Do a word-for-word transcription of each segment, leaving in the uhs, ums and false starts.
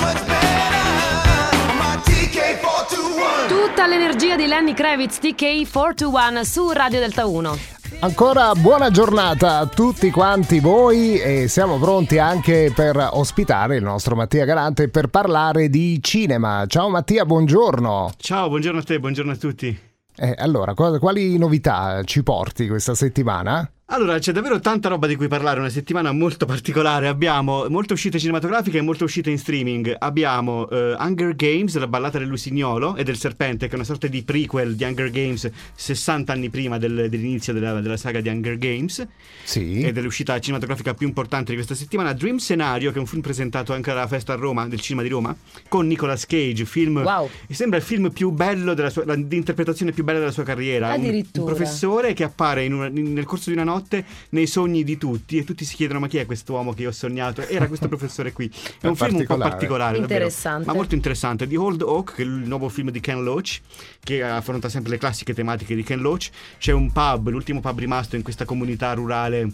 Tutta l'energia di Lenny Kravitz, T K quattrocentoventuno su Radio Delta uno. Ancora buona giornata a tutti quanti voi e siamo pronti anche per ospitare il nostro Mattia Galante per parlare di cinema. Ciao Mattia, buongiorno. Ciao, buongiorno a te, buongiorno a tutti. Eh, allora, quali novità ci porti questa settimana? Allora, c'è davvero tanta roba di cui parlare, una settimana molto particolare. Abbiamo molte uscite cinematografiche e molte uscite in streaming. Abbiamo uh, Hunger Games, la ballata del lusignolo e del serpente, che è una sorta di prequel di Hunger Games sessanta anni prima del, dell'inizio della, della saga di Hunger Games. Sì. Ed è l'uscita cinematografica più importante di questa settimana. Dream Scenario, che è un film presentato anche alla festa a Roma, del cinema di Roma, con Nicolas Cage, film... Wow. E sembra il film più bello della sua... l'interpretazione più bella della sua carriera. Addirittura. Un, un professore che appare in una, in, nel corso di una notte nei sogni di tutti e tutti si chiedono: ma chi è quest'uomo che io ho sognato? Era questo professore qui. È un film un po' particolare, interessante, davvero, ma molto interessante. The Old Oak, che è il nuovo film di Ken Loach, che affronta sempre le classiche tematiche di Ken Loach. C'è un pub, l'ultimo pub rimasto in questa comunità rurale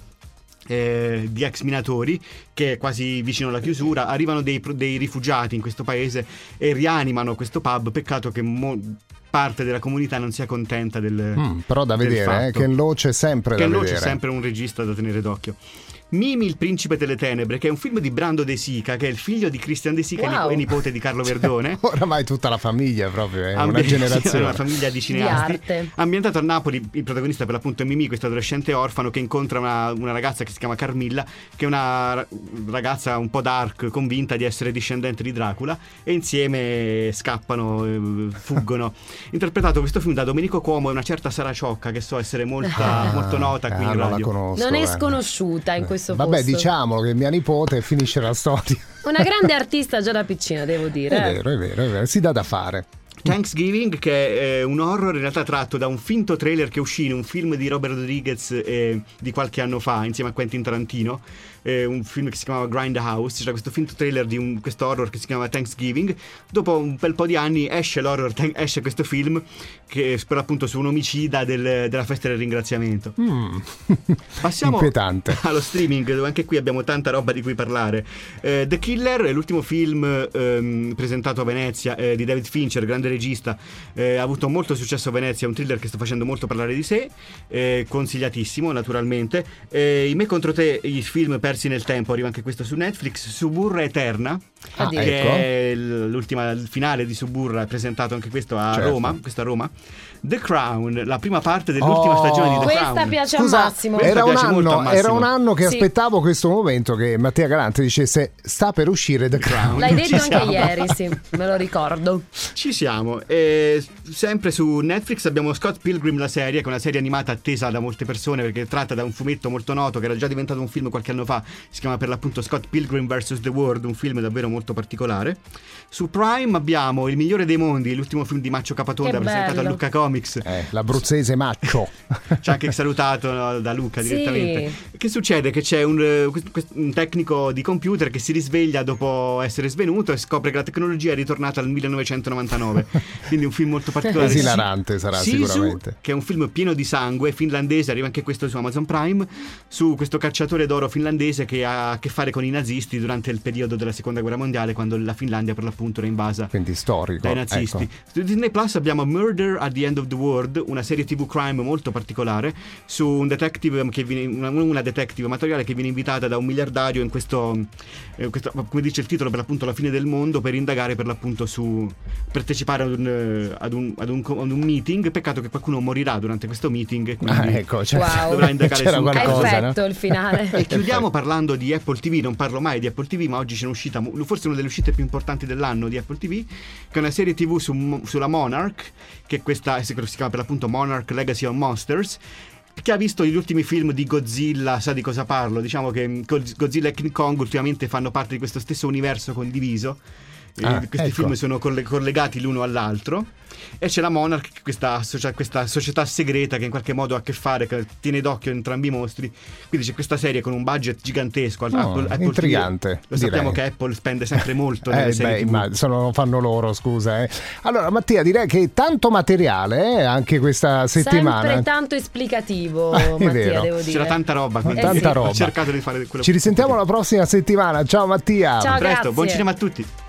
Eh, di ex minatori, che è quasi vicino alla chiusura. Arrivano dei, dei rifugiati in questo paese e rianimano questo pub. Peccato che mo- parte della comunità non sia contenta del mm, però da del vedere, eh, Ken Loach è sempre Ken da Loach vedere. è sempre un regista da tenere d'occhio. Mimi, il principe delle tenebre, che è un film di Brando De Sica, che è il figlio di Christian De Sica, wow. e nipote di Carlo Verdone. Oramai tutta la famiglia proprio, è Ambi- una generazione, una famiglia di cineasti. Di arte. Ambientato a Napoli, il protagonista per l'appunto è Mimì, questo adolescente orfano che incontra una, una ragazza che si chiama Carmilla, che è una ragazza un po' dark, convinta di essere discendente di Dracula, e insieme scappano, eh, fuggono. Interpretato questo film da Domenico Cuomo e una certa Sara Ciocca, che so essere molta, ah, molto nota qui ah, in non radio. la conosco, Non è eh. sconosciuta in questo Vabbè, posto. diciamolo che mia nipote finisce la storia. Una grande artista già da piccina, devo dire. È eh. vero, è vero, è vero, si dà da fare. Thanksgiving, che è un horror in realtà tratto da un finto trailer che uscì in un film di Robert Rodriguez eh, di qualche anno fa insieme a Quentin Tarantino, eh, un film che si chiamava Grindhouse. C'era questo finto trailer di un, questo horror che si chiama Thanksgiving. Dopo un bel po' di anni esce l'horror, esce questo film che per appunto su un omicida del, della festa del ringraziamento. mm. Passiamo Inquietante. allo streaming, dove anche qui abbiamo tanta roba di cui parlare. eh, The Killer è l'ultimo film ehm, presentato a Venezia eh, di David Fincher, grande regista, eh, ha avuto molto successo a Venezia, è un thriller che sta facendo molto parlare di sé, eh, consigliatissimo naturalmente. eh, I me contro te, i film persi nel tempo, arriva anche questo su Netflix. Suburra Eterna, Ah, che ecco. è l'ultima, il finale di Suburra, è presentato anche questo a Certo. Roma, questo a Roma. The Crown, la prima parte dell'ultima Oh. stagione di The Questa Crown. piace Scusa, a Massimo. Questa era un, piace molto a anno, Massimo. era un anno che Sì. aspettavo questo momento che Mattia Galante dicesse sta per uscire The Crown. L'hai detto Ci anche siamo. ieri, sì, me lo ricordo. Ci siamo. E sempre su Netflix abbiamo Scott Pilgrim, la serie, che è una serie animata attesa da molte persone perché tratta da un fumetto molto noto che era già diventato un film qualche anno fa. Si chiama per l'appunto Scott Pilgrim versus The World, un film davvero molto particolare. Su Prime abbiamo Il migliore dei mondi, l'ultimo film di Maccio Capatonda, Che presentato bello. a Lucca Comics. Eh, l'abruzzese Maccio. Ci ha anche salutato, no, da Luca Sì. direttamente. Che succede? Che c'è un, eh, quest- quest- un tecnico di computer che si risveglia dopo essere svenuto e scopre che la tecnologia è ritornata al millenovecentonovantanove. Quindi un film molto particolare. Esilarante sarà Sisu, sicuramente. che è un film pieno di sangue, finlandese, arriva anche questo su Amazon Prime, su questo cacciatore d'oro finlandese che ha a che fare con i nazisti durante il periodo della seconda guerra mondiale, quando la Finlandia per l'appunto era invasa Quindi storico. dai nazisti. Ecco. Su Disney Plus abbiamo Murder at the End of the World, una serie tv crime molto particolare su un detective che viene, una, una detective amatoriale che viene invitata da un miliardario in questo, eh, questo, come dice il titolo, per l'appunto la fine del mondo, per indagare per l'appunto su partecipare ad un, eh, ad un, ad un, ad un meeting. Peccato che qualcuno morirà durante questo meeting e quindi Ah, ecco, cioè, Wow. dovrà indagare c'era su un qualcosa, caso. Perfetto, no? il finale. E chiudiamo parlando di Apple ti vu. Non parlo mai di Apple ti vu, ma oggi c'è un'uscita, forse una delle uscite più importanti dell'anno di Apple ti vu, che è una serie tv su, sulla Monarch, che è questa, si chiama per l'appunto Monarch Legacy of Monsters, che ha visto gli ultimi film di Godzilla, sa di cosa parlo. Diciamo che Godzilla e King Kong ultimamente fanno parte di questo stesso universo condiviso. Ah, questi ecco. film sono coll- collegati l'uno all'altro. E c'è la Monarch, questa, socia- questa società segreta che in qualche modo ha a che fare, che tiene d'occhio entrambi i mostri. Quindi c'è questa serie con un budget gigantesco. Oh, Apple, Apple intrigante, ti vu. Lo sappiamo direi. che Apple spende sempre molto nelle Eh, serie beh, ti vu. ma sono, lo fanno loro, scusa. Eh. Allora, Mattia, direi che tanto materiale eh, anche questa settimana. Sempre tanto esplicativo, Ah, è Mattia, vero. devo dire. C'era tanta roba, quindi Eh Tanta sì. roba. ho cercato di fare quello Ci risentiamo la prossima settimana. Ciao Mattia. Ciao, A presto, grazie. buon cinema a tutti.